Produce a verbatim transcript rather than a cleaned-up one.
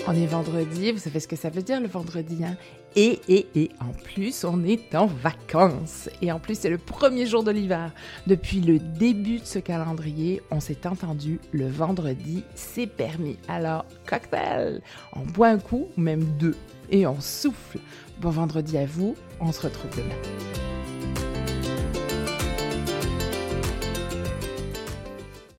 On est vendredi, vous savez ce que ça veut dire le vendredi, hein? Et, et, et, en plus, on est en vacances. Et en plus, c'est le premier jour de l'hiver. Depuis le début de ce calendrier, on s'est entendu, le vendredi, c'est permis. Alors, cocktail! On boit un coup, ou même deux, et on souffle. Bon vendredi à vous, on se retrouve demain.